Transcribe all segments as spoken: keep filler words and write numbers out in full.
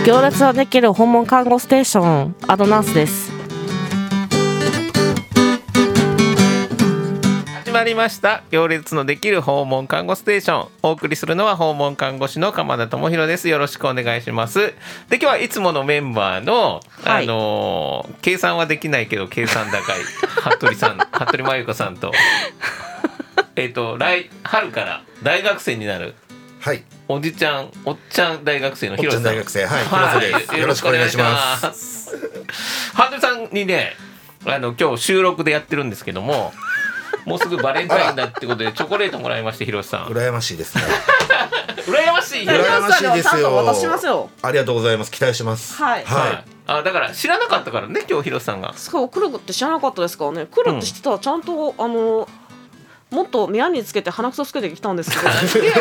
行列のできる訪問看護ステーション、アドナースです。 始まりました。行列のできる訪問看護ステーション。お送りするのは訪問看護師の鎌田智博です。よろしくお願いします。で、今日はいつものメンバーの、はい、あのー、計算はできないけど計算高い服部さん服部真由子さんとえっと来春から大学生になる、はい、おじちゃんおっちゃん大学生の広瀬さん、 おっちゃん大学生、はい、広瀬です。よろしくお願いします。 服部さんにね、あの今日収録でやってるんですけども、もうすぐバレンタインだってことでチョコレートもらいまして、広瀬さん羨ましいですね。 羨ましい羨ましいですよ。 渡しますよ。 ありがとうございます。期待します。 はい、 はいはい、あ、だから知らなかったからね、今日広瀬さんがそう来るって知らなかったですからね。来るって知ってたらちゃんと、うん、あのもっと宮につけて鼻くそつけてきたんですけど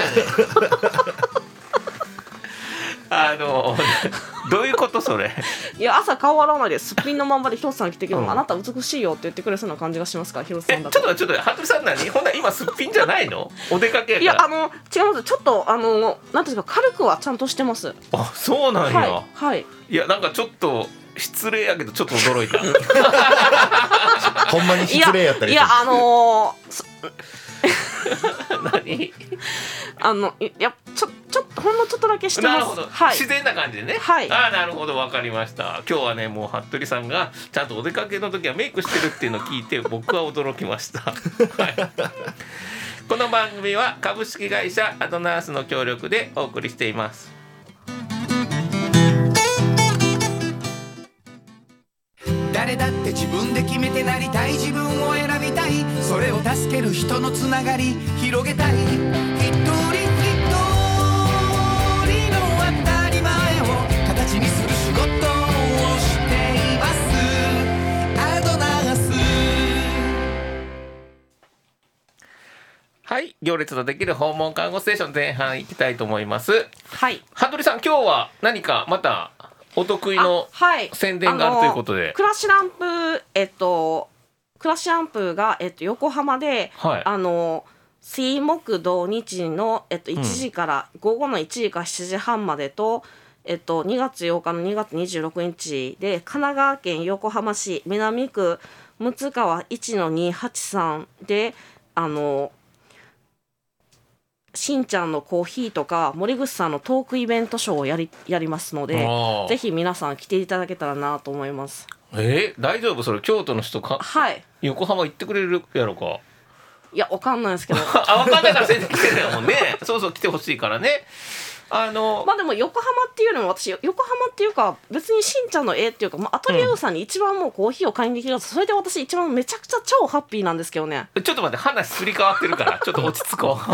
あのどういうことそれ。 いや、朝顔洗わないですっぴんのまんまで広瀬さん来てけど、うん、あなた美しいよって言ってくれそうな感じがしますから広瀬さんだと。 え、ちょっとちょっと服部さん何ほんな今すっぴんじゃないの？お出かけやから。 いや、あの違います。ちょっとあのなんていうか軽くはちゃんとしてます。 あ、そうなんや。 はい、はい、 いや、なんかちょっと失礼やけどちょっと驚いたほんまに失礼やったりする。 いや、いや、あのー、何あのいやちょちょっとほんのちょっとだけしてます。 なるほど、はい、自然な感じでね。 はい、 あ、なるほど、わかりました。今日はね、もう服部さんがちゃんとお出かけの時はメイクしてるっていうのを聞いて僕は驚きました、はい、この番組は株式会社アドナースの協力でお送りしています。 誰だって自分で決めてなりたい、自分を選びたい、それを助ける人のつながり広げたい、一人一人の当たり前を形にする仕事をしています、アドナース。 はい、行列のできる訪問看護ステーション前半行きたいと思います。 はい、 服部さん、今日は何かまたお得意の宣伝があるということで、はい、 クラッシュランプ、えっと、クラッシュランプが、えっと、横浜で、はい、あの水木土日の、えっと、いちじから、うん、午後のいちじからしちじはんまでと、えっと、にがつようかのにがつにじゅうろくにちで神奈川県横浜市南区六川 いちのにはちさん であのしんちゃんのコーヒーとか森口さんのトークイベントショーをやり、やりますので、ぜひ皆さん来ていただけたらなと思います。 えー、大丈夫それ？京都の人か、はい、横浜行ってくれるやろか。 いや、わかんないですけどあ、わかんないから先生来てるもんねそうそう、来てほしいからね。あのまあでも横浜っていうのも、私横浜っていうか別にしんちゃんの絵っていうか、まあ、アトリエウさんに一番もうコーヒーを買いにできる、うん、それで私一番めちゃくちゃ超ハッピーなんですけどね。 ちょっと待って、話すり替わってるからちょっと落ち着こう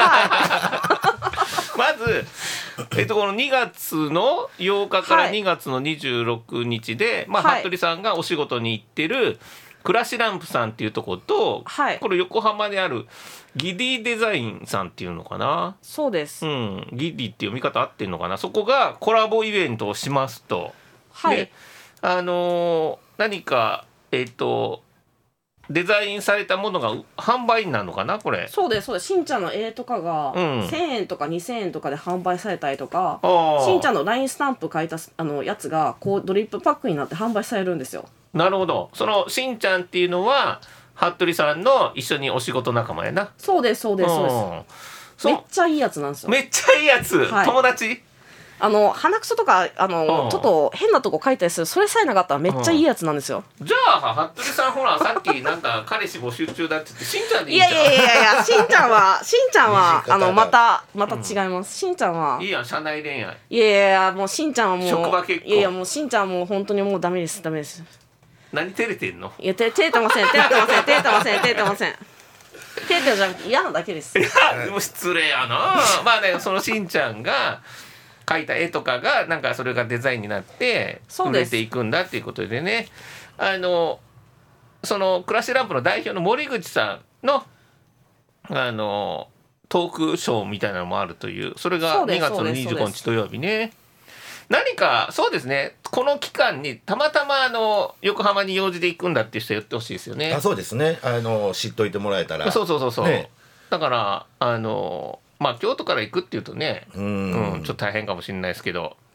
まず、えっと、このにがつのようかからにがつのにじゅうろくにちで、まあ、服部さんがお仕事に行ってるクラシランプさんっていうところと、はい、これ横浜にあるギディデザインさんっていうのかな。 そうです、 うん、ギディっていう読み方合ってるのかな。そこがコラボイベントをしますと、はい、で、あのー、何かえっとデザインされたものが販売になるのかな、これ。 そうです、そうです。しんちゃんの絵とかがせんえんとかにせんえんとかで販売されたりとか、うん、しんちゃんの ライン スタンプ書いたあのやつがこうドリップパックになって販売されるんですよ。 なるほど。そのしんちゃんっていうのは服部さんの一緒にお仕事仲間やな。 そうです、そうです、そうです。めっちゃいいやつなんですよ。 めっちゃいいやつ、はい、友達。 あの鼻くそとかあのちょっと変なとこ書いたりする、それさえなかったらめっちゃいいやつなんですよ。 じゃあ服部さん、ほらさっきなんか彼氏募集中だって言ってしんちゃんでいいじゃん。 いやいやいやいや、しんちゃんはしんちゃんはあのまたまた違います、うん、しんちゃんはいいやん、社内恋愛。 いやいやいや、もうしんちゃんはもう職場結婚。 いやいや、もうしんちゃんはもう本当にもうダメですダメです。 何照れてんの？ いや、照れてません照れてません照れてません照れてません照れてるじゃなくて嫌なだけです。 いや、でも失礼やなまあね、そのしんちゃんが描いた絵とかがなんかそれがデザインになって売れていくんだっていうことでね、あのそのクラッシュランプの代表の森口さんのあのトークショーみたいなのもあるという、それがにがつのにじゅうごにち土曜日ね。何かそうですね、この期間にたまたまあの横浜に用事で行くんだっていう人言ってほしいですよね。 あ、そうですね、あの知っといてもらえたら。 そうそうそうそう、ね、だからあのまあ京都から行くっていうとね、うん、うん、ちょっと大変かもしれないですけど、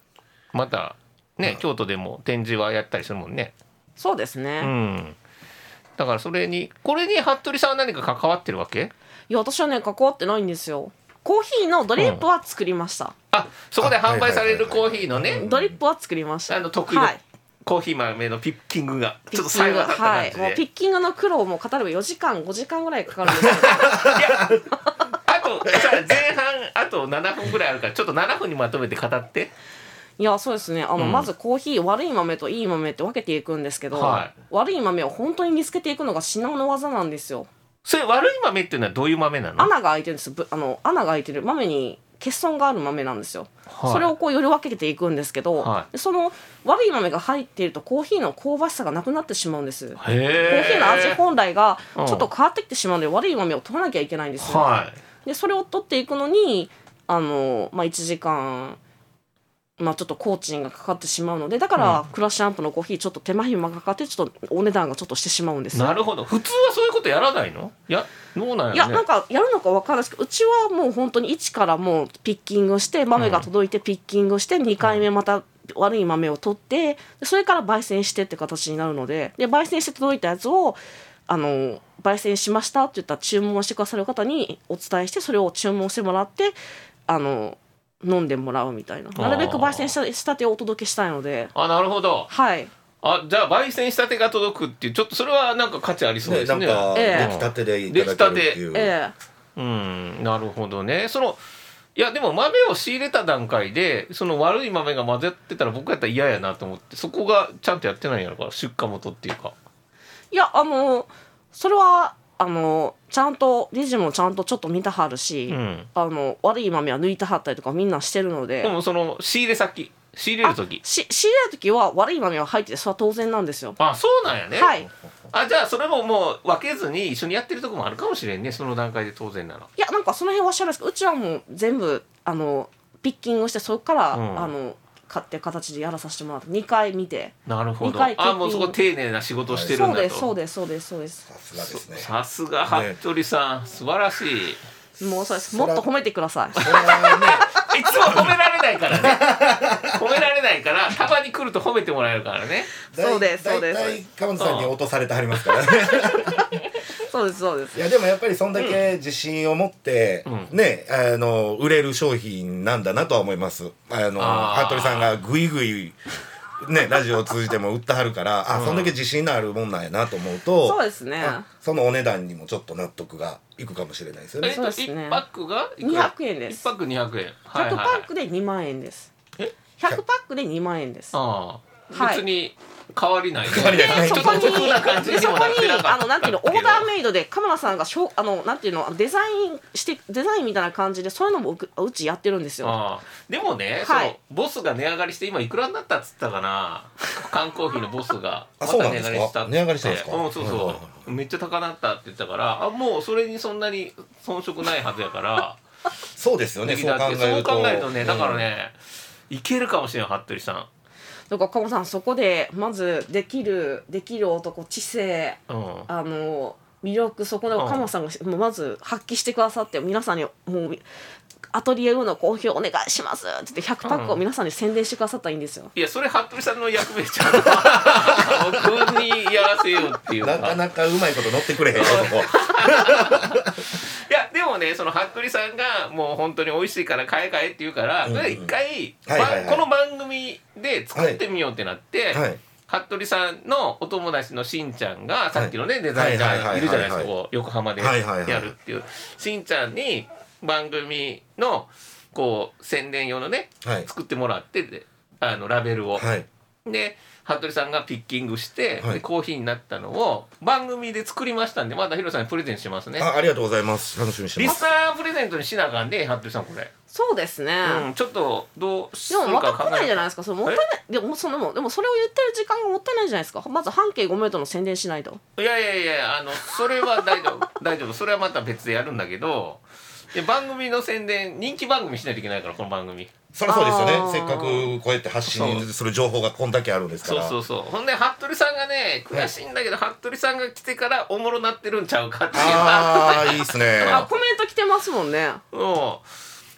またね、京都でも展示はやったりするもんね。 そうですね、 うん、だからそれにこれに服部さんは何か関わってるわけ？ いや私はね関わってないんですよ。コーヒーのドリップは作りました、うん、 あそこで販売されるコーヒーのねドリップは作りました。 あの得意のコーヒー豆のピッキングがちょっと最後だった感じで、 はい、もうピッキングの苦労も語ればよじかんごじかんぐらいかかるんですけどいやあとさ前半あとななふんぐらいあるからちょっとななふんにまとめて語って。 いやそうですねあの、うん、まずコーヒー悪い豆といい豆って分けていくんですけど、はい、悪い豆を本当に見つけていくのが至難の技なんですよ。 それ悪い豆っていうのはどういう豆なの？ 穴が開いてるんです。あの穴が開いてる豆に欠損がある豆なんですよ、はい、それをこうより分けていくんですけど、はい、その悪い豆が入っているとコーヒーの香ばしさがなくなってしまうんです。コーヒーの味本来がちょっと変わってきてしまうので、うん、悪い豆を取らなきゃいけないんですよ、はい、でそれを取っていくのにあの、まあ、いちじかんまあ、ちょっと工賃がかかってしまうのでだから、うん、クラッシュアンプのコーヒーちょっと手間暇がかかってちょっとお値段がちょっとしてしまうんですよ。 なるほど。普通はそういうことやらないの？いやどうなんやね。 いやなんかやるのか分からないですけどうちはもう本当に一からもうピッキングして豆が届いてピッキングしてにかいめまた悪い豆を取ってそれから焙煎してって形になるので、で焙煎して届いたやつをあの焙煎しましたって言ったら注文してくださる方にお伝えしてそれを注文してもらってあの飲んでもらうみたいな。なるべく焙煎したしたてをお届けしたいので。 あなるほど。 はい。 あじゃあ焙煎したてが届くっていうちょっとそれはなんか価値ありそうですね。 ねなんか出来たてでいただけるっていう。 ええ、 うんなるほどね。そのいやでも豆を仕入れた段階でその悪い豆が混ぜってたら僕やったら嫌やなと思ってそこがちゃんとやってないんやろから出荷元っていうか。 いやあのそれはあのちゃんとレジもちゃんとちょっと見たはるし、うん、あの悪い豆は抜いてはったりとかみんなしてるので。 でもその仕入れ先仕入れる時し仕入れる時は悪い豆は入っててそれは当然なんですよ。 あそうなんやね。 はい。 あじゃあそれももう分けずに一緒にやってるとこもあるかもしれんねその段階で当然なら。 いやなんかその辺は知らないですけどうちはもう全部あのピッキングしてそこから、うん、あの買って形でやらさせてもらってにかい見て。 なるほど。あもうそこ丁寧な仕事をしてるんだと。 そうですそうですそうですそうです。 さすがですね。 さすが服部さん、ね、素晴らしい。 もうそうですもっと褒めてください。 それはねいつも褒められないからね褒められないからたまに来ると褒めてもらえるからね。 そうですそうです。 大体川本さんに落とされてはりますからねそうですそうです。 いやでもやっぱりそんだけ自信を持って、うん、ねあの売れる商品なんだなとは思います。あの服部さんがグイグイねラジオを通じても売ってはるからあ、うん、そんだけ自信のあるもんなんやなと思うとそうですねそのお値段にもちょっと納得がいくかもしれないですよね。 えっと、いちパックがにひゃくえんです。 いちパックにひゃくえん、 はいはい、ひゃくパックでにまんえんです。 えひゃくパックでにまんえんです。 ああ、別に変わりない、ね、 変わりない、 ちょっとお得な感じにもなってなかったあのなんていうのオーダーメイドで鎌田さんがしょあのなんていうのデザインしてデザインみたいな感じでそういうのも う, うちやってるんですよ。 あでもね、はい、そのボスが値上がりして今いくらになったっつったかな缶コーヒーのボスがまた値上がりしたって値上がりしたんですか。 うんそうそう、はいはいはい、めっちゃ高なったって言ったからあもうそれにそんなに遜色ないはずやからそうですよねそう考えるとそう考えるとねだからね、うん、いけるかもしれない服部さん。 だから鴨さんそこでまずできるできる男知性、うん、あの魅力そこで鴨さんがもうまず発揮してくださって皆さんにもうアトリエウの好評お願いしますって言ってひゃくパックを皆さんに宣伝してくださったらいいんですよ、うん、 いやそれ服部さんの役目ちゃう僕にやらせようっていうなかなかうまいこと乗ってくれへんよそこいやでもねその服部さんがもう本当に美味しいから買え買えって言うから、うんうん、一回、はいはいはい、この番組で作ってみようってなって、はいはい、服部さんのお友達のしんちゃんがさっきのね、はい、デザイナーいるじゃないですか、こう横浜でやるっていう、はいはい、しんちゃんに番組のこう宣伝用のね、はい、作ってもらってあのラベルを、はい、で服部さんがピッキングして、はい、でコーヒーになったのを番組で作りましたんでまたヒロさんにプレゼントしますね。 あ, ありがとうございます楽しみにしてます。 リスナープレゼントにしなあかんで服部さんこれそうですね、 うん、ちょっとどうするかでもまた来ないじゃないですか。それもったいないでもそのでもそれを言ってる時間がもったいないじゃないですか。まず半径ごメートルの宣伝しないと。 いやいやいやあのそれは大丈夫大丈夫それはまた別でやるんだけどで番組の宣伝人気番組しないといけないからこの番組そりゃそうですよね。せっかくこうやって発信する情報がこんだけあるんですから。 そうそうそうほんで服部さんがね悔しいんだけど、はい、服部さんが来てからおもろなってるんちゃうかっていうああいいっすねあコメント来てますもんね。 うん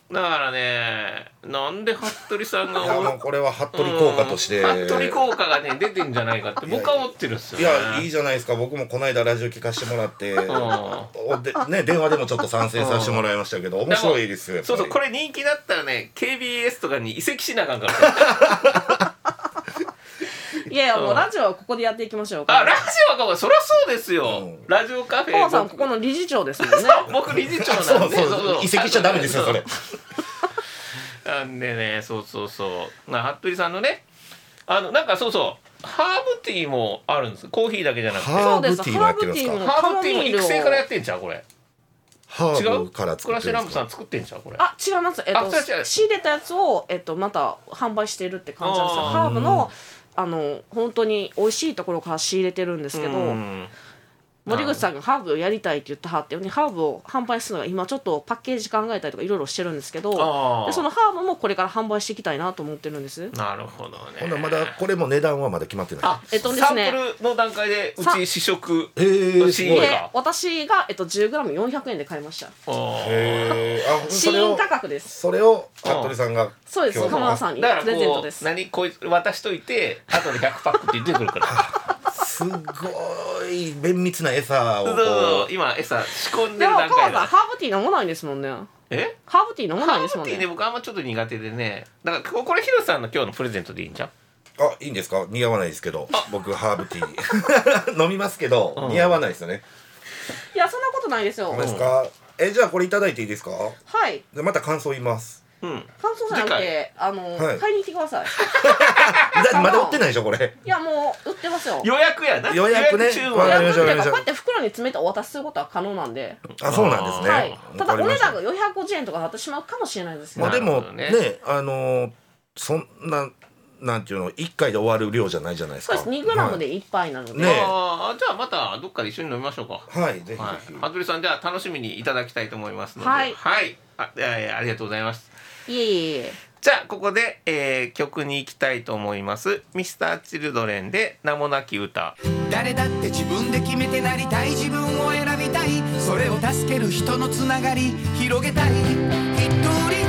だからね、なんで服部さんがいやもうこれは服部効果として、 うん、服部効果がね出てんじゃないかって僕は思ってるんですよね。 いやいいじゃないですか。僕もこの間ラジオ聞かせてもらって、うんでね、電話でもちょっと参戦させてもらいましたけど、面白いですよ。 そうそう、これ人気だったらね ケービーエス とかに移籍しなあかんからいやいやもうラジオはここでやっていきましょう。 あ、ラジオはここ、そりゃそうですよ、うん、ラジオカフェ。 パワさんここの理事長ですもんね僕理事長なんでそうそうそう移籍しちゃダメですよそれなんでね、そうそうそう、まあ、服部さんのね、あのなんかそうそうハーブティーもあるんです。コーヒーだけじゃなくてハーブティーもやってるんですか。 ハーブティーも育成からやってんちゃうこれ。 ハーブから作ってるんですか。 クラッシュランプさん作ってんちゃうこれ。 あ、違います。えっと仕入れたやつをえっとまた販売してるって感じなんですよ。ハーブのあの本当に美味しいところから仕入れてるんですけど、森口さんがハーブをやりたいって言ってはってハーブを販売するのが今ちょっとパッケージ考えたりとかいろいろしてるんですけど、でそのハーブもこれから販売していきたいなと思ってるんです。 なるほどね。 ほんなまだこれも値段はまだ決まってない。 あ、えっとですね、サンプルの段階でうち試食、えー、 すごいで私が、えっと、じゅうグラムよんひゃくえんで買いました。 へー、あ、 試飲価格です。 それを服部さんがそうです、浜田さんにプレゼントです。 何こいつ渡しといて後でひゃくパックって言ってくるからすごい綿密な餌をこう今餌仕込んでる段階で。 でも川さんハーブティー飲まないんですもんね。 え？ ハーブティー飲まないんですもんね。 ハーブティーね、僕あんまちょっと苦手でね。だからこれヒロさんの今日のプレゼントでいいんじゃん。 あ、いいんですか。似合わないですけど僕ハーブティー飲みますけど、うん、似合わないですよね。 いやそんなことないですよ。 そうですか、うん、えじゃあこれいただいていいですか。 はい。 でまた感想言います。 うん、感想じゃなくてあの、はい、買いに来てくださいまだ売ってないでしょこれ。 いやもう売ってますよ。 予約やな。 予約ね。 予約っていうかこうやって袋に詰めてお渡しすることは可能なんで。 あ、そうなんですね、 はい、ただお値段がよんひゃくごじゅうえんとかなってしまうかもしれないですけど、 まあでもね、あのそんななんていうのいっかいで終わる量じゃないじゃないですか。 そうです。にグラムでいっぱいなので、 はいね、あじゃあまたどっかで一緒に飲みましょうか。 はい、ぜひぜひ、 はい、服部さんじゃあ楽しみにいただきたいと思いますので、 はい、 はい、あ、いやいやありがとうございます。 いえいえ。 じゃあここで、えー、曲に行きたいと思います。ミスターチルドレンで名もなき歌。 誰だって自分で決めてなりたい、自分を選びたい、それを助ける人のつながり広げたい、一人一人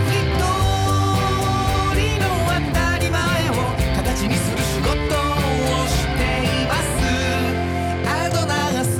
の当たり前を形にする仕事をしています。アドナース。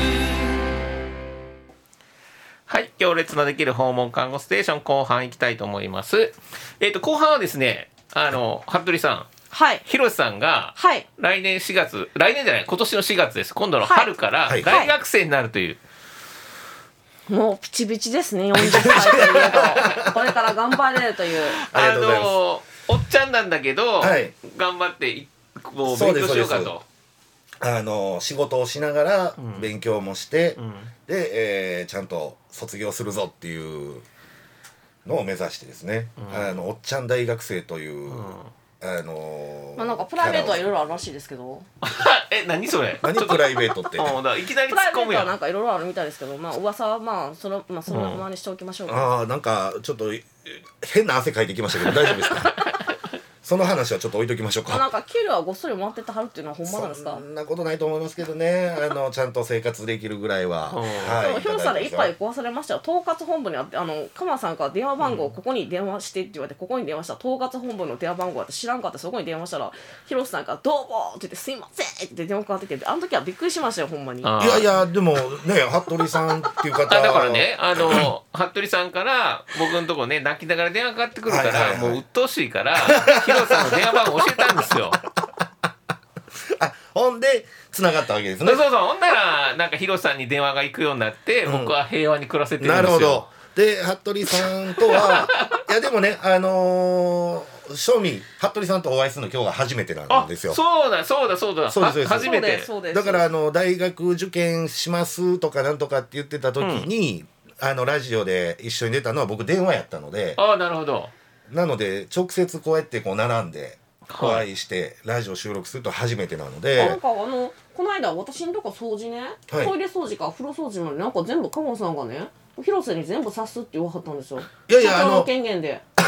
はい、行列のできる訪問看護ステーション後半行きたいと思います。えっと後半はですね、あの服部さん、 はい、 広瀬さんが、はい、来年しがつ、来年じゃない今年のしがつです。今度の春から大学生になるという、 はいはい、もうピチピチですね。よんじゅっさいといえどこれから頑張れるというあのおっちゃんなんだけど、はい、頑張ってもう勉強しようかと。 あの仕事をしながら勉強もして、うん、で、えー、ちゃんと卒業するぞっていうのを目指してですね、うん、あのおっちゃん大学生という、うん、あのー、 まあなんかプライベートはいろいろあるらしいですけどえ、何それ何プライベートっていきなり突っ込むやん。 プライベートはなんかいろいろあるみたいですけど、まあ噂はまあそのまあそのままにしておきましょうか、うん、 ああなんかちょっと変な汗かいてきましたけど大丈夫ですかその話はちょっと置いときましょうか。 なんか給料はごっそりもらってたはるっていうのはほんまなんですか。 そんなことないと思いますけどね。あのちゃんと生活できるぐらいは、 はい、でも広瀬さんで一杯壊されましたよ。統括本部にあってあの鎌さんから電話番号、うん、ここに電話してって言われてここに電話したら統括本部の電話番号あって知らんかってそこに電話したら広瀬さんからどうもって言ってすいませんって言って電話かかってきてあの時はびっくりしましたよほんまに。いやいやでもね服部さんっていう方あだからねあの服部さんから僕のとこね泣きながら電話かかってくるから、はいはいはい、もう鬱陶しいから広瀬さんの電話番号教えたんですよあほんで繋がったわけですね。 そうそうそうほんならなんか広瀬さんに電話が行くようになって、うん、僕は平和に暮らせてるんですよ。 なるほど。で服部さんとはいやでもねあのー、正味服部さんとお会いするの今日が初めてなんですよ。 そうだそうだそうだそうです初めてだからあの大学受験しますとかなんとかって言ってた時に、うん、あのラジオで一緒に出たのは僕電話やったので。 ああなるほど。 なので直接こうやってこう並んでお会いしてラジオ収録すると初めてなので、 はい、なんかあのこの間私のとこ掃除ね、はい、トイレ掃除か風呂掃除までなんか全部カモさんがね広瀬に全部さすって言わはったんですよ。いやいやあの権限で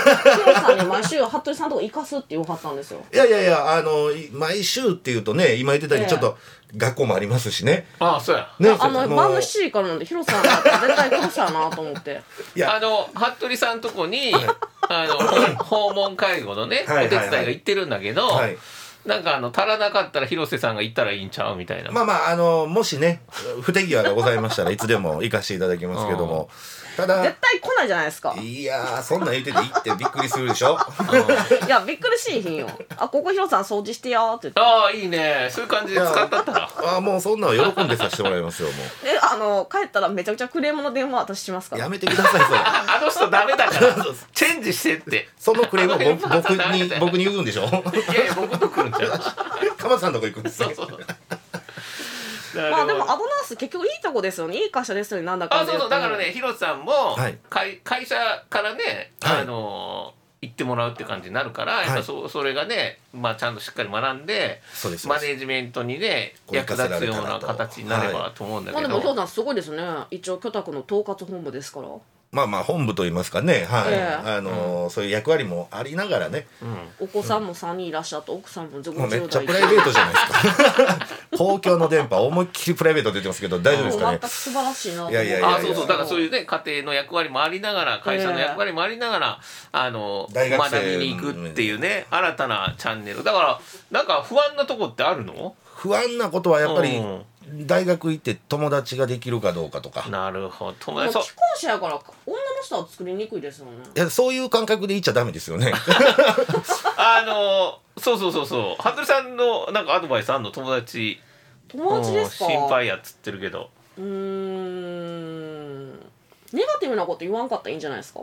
ヒロさんに毎週服部さんとこ行かすって言わはったんですよ。 いやいやいや、あの毎週っていうとね、今言ってたようにちょっと学校もありますしね。 ああ、そうやね、あの晩のしちじからなんでヒロさんだったら絶対来るさなと思って。 いや、あの服部さんとこにあの訪問介護のね、お手伝いが行ってるんだけど、はい、なんかあの足らなかったら広瀬さんが行ったらいいんちゃうみたいな。 まあまあ、あのもしね不手際がございましたらいつでも行かせていただきますけども、ただ絶対来ないじゃないですか。 いやー、そんなん言ってて行ってびっくりするでしょいや、びっくりしいひんよ。あ、ここヒロさん掃除してよって言って。 ああ、いいね、そういう感じで使ったったらああ、もうそんなの喜んでさせてもらいますよ。もうえ、あの帰ったらめちゃくちゃクレームの電話私しますから。 やめてくださいそれあの人ダメだからチェンジしてって。 そのクレームを僕僕に僕に言うんでしょ。いやいや、僕と来るんちゃう。 鎌田さんのとこ行くんですね。 そうそうまあでもアドナース結局いいとこですよね。いい会社ですよね。なんだかんだあ、そうそう、だからね、広瀬さんも、 はい、 会, 会社からね、はい、あの行ってもらうって感じになるから、はい、やっぱ そ, それがね、まあ、ちゃんとしっかり学んでマネージメントにね役立つような形になればと思うんだけど、 はい、まあ、でもヒョウさんすごいですね。一応居宅の統括本部ですから。 まあまあ本部といいますかね、はい、えー、あのーうん、そういう役割もありながらね、 うん、お子さんもさんにんいらっしゃって、奥さんもごじゅう代、めっちゃプライベートじゃないですか公共の電波思いっきりプライベート出てますけど大丈夫ですかね。 全く素晴らしいなと思う。 いやいやいやいや、 あ、そうそう、だからそういうね家庭の役割もありながら会社の役割もありながら、えー、あの学びに行くっていうね、新たなチャンネルだから。なんか不安なとこってあるの？ 不安なことはやっぱり、うん、大学行って友達ができるかどうかとか。 なるほど。 友達、既婚者やから女の人は作りにくいですよね。 いや、そういう感覚で言っちゃダメですよねあのそうそうそうそう、服部さんのなんかアドバイスあんの？友達友達ですか？ 心配やっつってるけど、 うーん、ネガティブなこと言わんかったらいいんじゃないですか？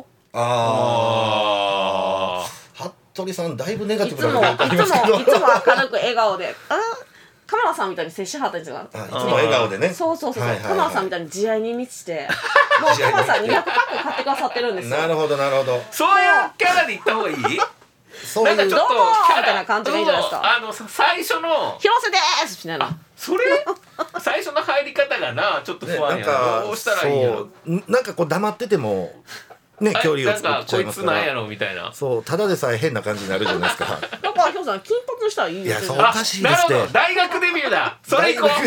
ああ、服部さんだいぶネガティブなこと言いますけど、いつもいつも明るく笑顔で、あ、鎌田さんみたいに接しはったんですよ。 いつも笑顔でね。 そうそうそう、はいはいはい、鎌田さんみたいに慈愛に満ちて、もう鎌田さんにひゃくパック買ってくださってるんですよ。 なるほどなるほど。 そういうキャラで行った方がいい？ そういうなんかちょっとみたいな感じがいいじゃないですか。 あの最初の広瀬ですみたいな。 それ最初の入り方がなちょっと不安やな。どうしたらいいやろ。 なんかこう黙っててもね、距離を作っちゃいますから。 こいつなんやろみたいな。 そう、ただでさえ変な感じになるじゃないですか。 だからヒョウさん金髪したらいいですよ。 いや、そうおかしいですって。 なるほど、大学デビューだ。それ行こう。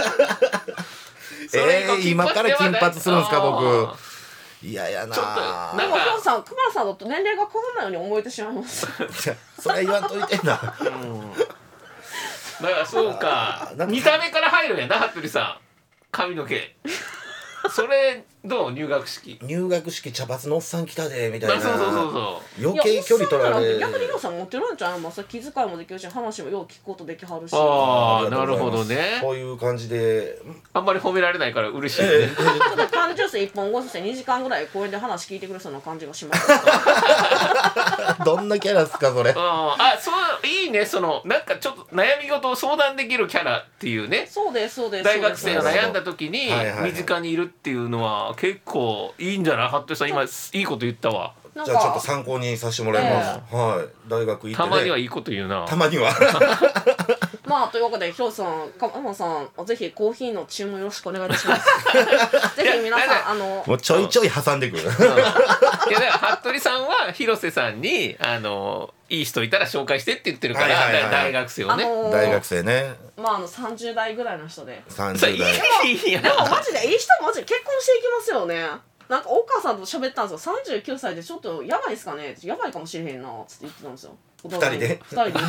えー、今から金髪するんですか僕。いやいやな。 でもヒョウさん、熊田さんと年齢が変わらないように思えてしまいます。 それ言わんといてんな。 うん、だからそうか。見た目から入るんやな、服部さん。髪の毛。それどう？入学式入学式茶髪のおっさん来たでみたいな。 そうそうそうそう。 余計距離取られ。 逆にヒョウさん持ってるんちゃう？まあ、それ気遣いもできるし、話もよう聞くことできはるし。 ああ、なるほどね。 こういう感じであんまり褒められないから嬉しいね。 ちょっと缶ジュースいっぽんごそしてにじかんぐらい公園で話聞いてくれそうな感じがします。 どんなキャラですかそれ。 ああ、そういいね。そのなんかちょっと悩み事を相談できるキャラっていうね。 そうですそうです。 大学生が悩んだ時に身近にいるっていうのは結構いいんじゃない？服部さん今いいこと言ったわ。 じゃあちょっと参考にさせてもらいます、えー、はい。大学行って、ね、 たまにはいいこと言うな。 たまにはまあというわけでヒョウさん、鎌田さん、ぜひコーヒーの注文よろしくお願いいたしますぜひ皆さんあのもうちょいちょい挟んでくるいやだから服部さんは広瀬さんにあのいい人いたら紹介してって言ってるから、はいはいはい、大学生をね、あのー、 大学生ね。 まああのさんじゅう代ぐらいの人でさんじゅう代いいやでもマジでいい人マジで結婚していきますよね。なんかお母さんと喋ったんですよ。さんじゅうきゅうさいでちょっとやばいですかね、やばいかもしれへんなつって言ってたんですよ。 ふたりでふたりで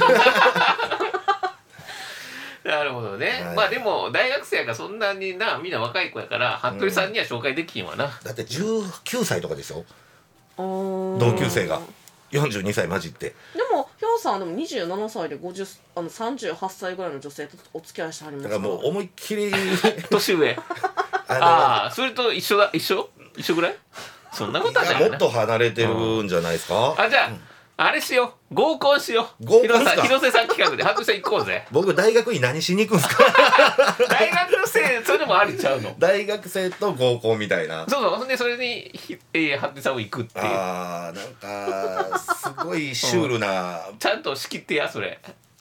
なるほどね、はい、まあでも大学生やからそんなになみんな若い子やから服部さんには紹介できんわな、うん、 だってじゅうきゅうさいとかですよ同級生がよんじゅうにさい混じって。 でもヒョウさんはでもにじゅうななさいでごじゅうあのさんじゅうはっさいぐらいの女性とお付き合いしてはりますから。 だからもう思いっきり年上ああ、それと一緒だ。一緒一緒ぐらい。そんなことはないよな。 もっと離れてるんじゃないですか、 うん、あ、じゃあ、うん、あれしよう、合コンしよう。 合コンですか。 広瀬さん企画で服部さん行こうぜ。 僕大学に何しに行くんですか大学生、それでもありちゃうの。 大学生と合コンみたいな。 そうそう、ほんでそれに、えー、服部さんも行くっていう。 ああ、なんかすごいシュールな、 うん、ちゃんと仕切ってやそれ。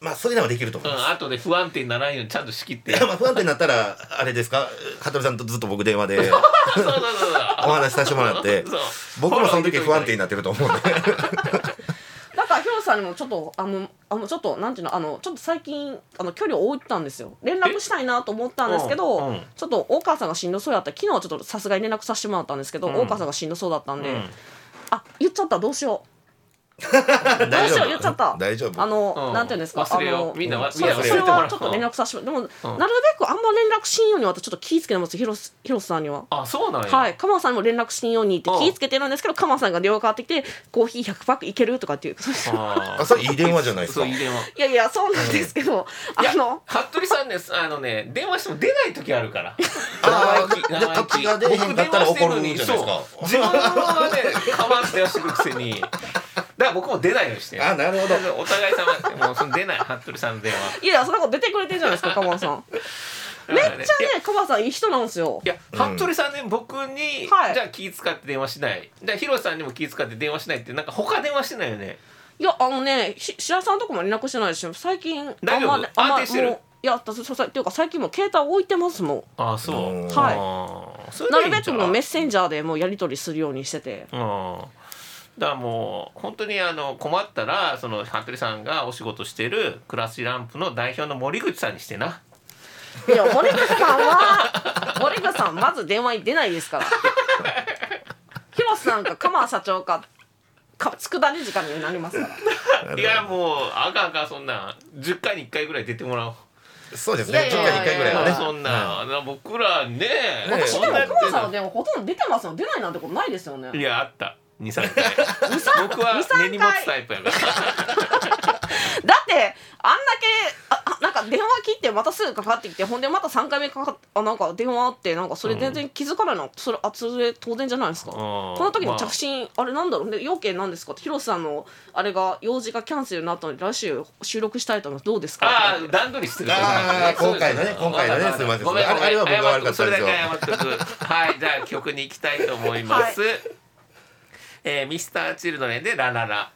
まあそういうのはできると思います、 うん、あとで不安定にならないようにちゃんと仕切っていやまあ不安定になったらあれですか、羽鳥さんとずっと僕電話でそうそうそうそうお話しさせてもらってそう僕もその時不安定になってると思うんでだからヒロさんにもちょっとあのあのちょっとなんていうのあのちょっと最近あの距離を置いてたんですよ。連絡したいなと思ったんですけど、 うんうん、 ちょっと大川さんがしんどそうやったら昨日はちょっとさすがに連絡させてもらったんですけど、うん、大川さんがしんどそうだったんで、うん、あ言っちゃったどうしようどうしよう言っちゃった大丈夫あの、うん、なんていうんですか忘れようあのみんな忘れようそれはちょっと連絡させてでも、うん、なるべくあんま連絡しんように私ちょっと気ぃつけてます広瀬さんには。 あそうなんや。 はい鎌さんにも連絡しんようにって気ぃつけてるんですけど鎌さんが電話かかってきてコーヒーひゃくパックいけるとかっていうああそれいい電話じゃないですか。 そういい電話いやいやそうなんですけど、うん、あの服部さんねあのね電話しても出ない時あるからああこっちが出へんかったら怒るんじゃないですか。 自分はねかまって電話してるくせにだから僕も出ないようにしてあなるほどお互い様ってもうその出ない服部さんの電話いやそんなこと出てくれてるじゃないですか鎌さんめっちゃね鎌さんいい人なんですよ。 いや服部さんね僕に、はい、じゃあ気使って電話しないじゃあ広瀬さんにも気使って電話しないってなんか他電話してないよね。 いやあのね白井さんとこも連絡してないし最近大丈夫あんま安定してる。 いやそそっていうか最近も携帯置いてますもん。 あそうはいなるべくもメッセンジャーでもうやり取りするようにしててうんだからもう本当にあの困ったらその服部さんがお仕事してるクラシランプの代表の森口さんにしてな。 いや森口さんは森口さんまず電話に出ないですから広瀬さんか鎌社長かか佃煮時間になりますからいやもうあかんあかんそんなじゅっかいにいっかいぐらい出てもらおう。 そうですねじゅっかいにいっかいぐらいはねそんな、うん、僕らね私でも鎌さんの電話ほとんど出てますよ出ないなんてことないですよね。 いやあったにさんかい僕は根に持つタイプやからだってあんだけあなんか電話切ってまたすぐかかってきてほんでまたさんかいめかかっあなんか電話あってなんかそれ全然気づかないの、うん、それあそれ当然じゃないですか。この時に着信、まあ、あれなんだろうね要件なんですかって広瀬さんのあれが用事がキャンセルになったので来週収録したいと思いますどうですか。 ああ段取りしてるああ今回のね今回のねすみませんごめんごめんあれは僕が悪かったですよ。 それだけ謝っとくはいじゃあ曲に行きたいと思います、はいえー、ミスターチルドレンでラララ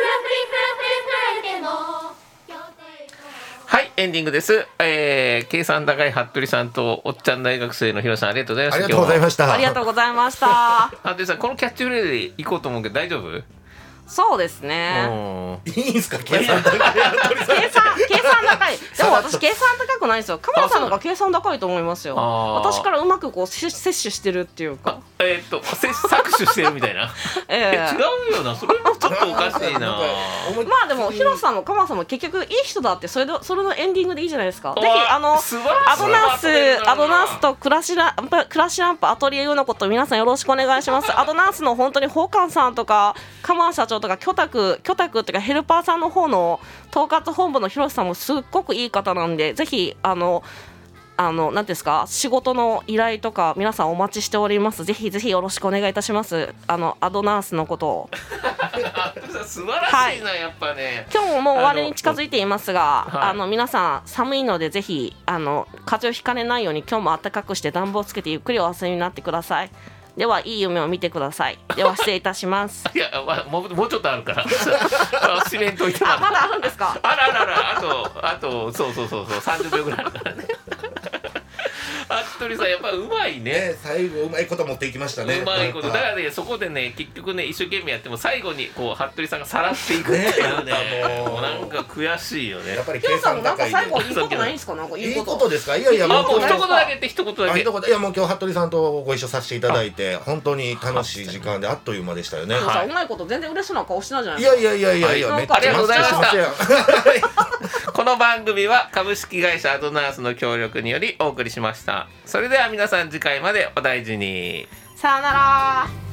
はいエンディングです、えー、計算高い服部さんとおっちゃん大学生の広瀬さんありがとうございました。 ありがとうございましたありがとうございました服部さんこのキャッチフレーズで行こうと思うけど大丈夫。 そうですねいいんすか計算高い計算計算高いでも私計算高くないですよ。鎌田さんの方が計算高いと思いますよ。私からうまくこう摂取してるっていうかえー、っと搾取してるみたいなえー、違うよなそれもちょっとおかしいなまあでも広瀬さんも鎌田さんも結局いい人だってそれでそれのエンディングでいいじゃないですか。ぜひあのアドナースアドナースとクラシラクラシランプアトリエユのこと皆さんよろしくお願いします。アドナースの本当にホーカンさんとか鎌田社長とか居宅居宅っていうかヘルパーさんの方の統括本部の広瀬さんもすっごくいい方なんでぜひあのあの何ですか仕事の依頼とか皆さんお待ちしております。ぜひぜひよろしくお願いいたします。あのアドナースのことを素晴らしいな、はい、やっぱね今日ももう終わりに近づいていますが あの、はい、あの皆さん寒いのでぜひあの風邪をひかれないように今日も暖かくして暖房つけてゆっくりお休みになってください。ではいい夢を見てください。では失礼いたしますいや、まあ、もう、もうちょっとあるから閉めんといてあまだあるんですか。 あらあらあらあとあとそうそうそうそうさんじゅうびょうぐらいあるからね服部さんやっぱうまい ね, ね最後うまいこと持っていきましたね。 うまいことだからねそこでね結局ね一生懸命やっても最後にこう服部さんがさらっていくっていうねもうなんか悔しいよね。 やっぱり計算高いで。 最後いいことないんですか。なんかいいこと。 いいことですか。いやいやもう一言だけって一言だけ。 いやもう今日服部さんとご一緒させていただいて本当に楽しい時間であっという間でしたよね。 はい、うまいこと全然嬉しそうな顔してないじゃないですか。 いやいやいやいやいや、 はい、めっちゃありがとうございましたこの番組は株式会社アドナースの協力によりお送りしました。それでは皆さん次回までお大事に。 さよなら。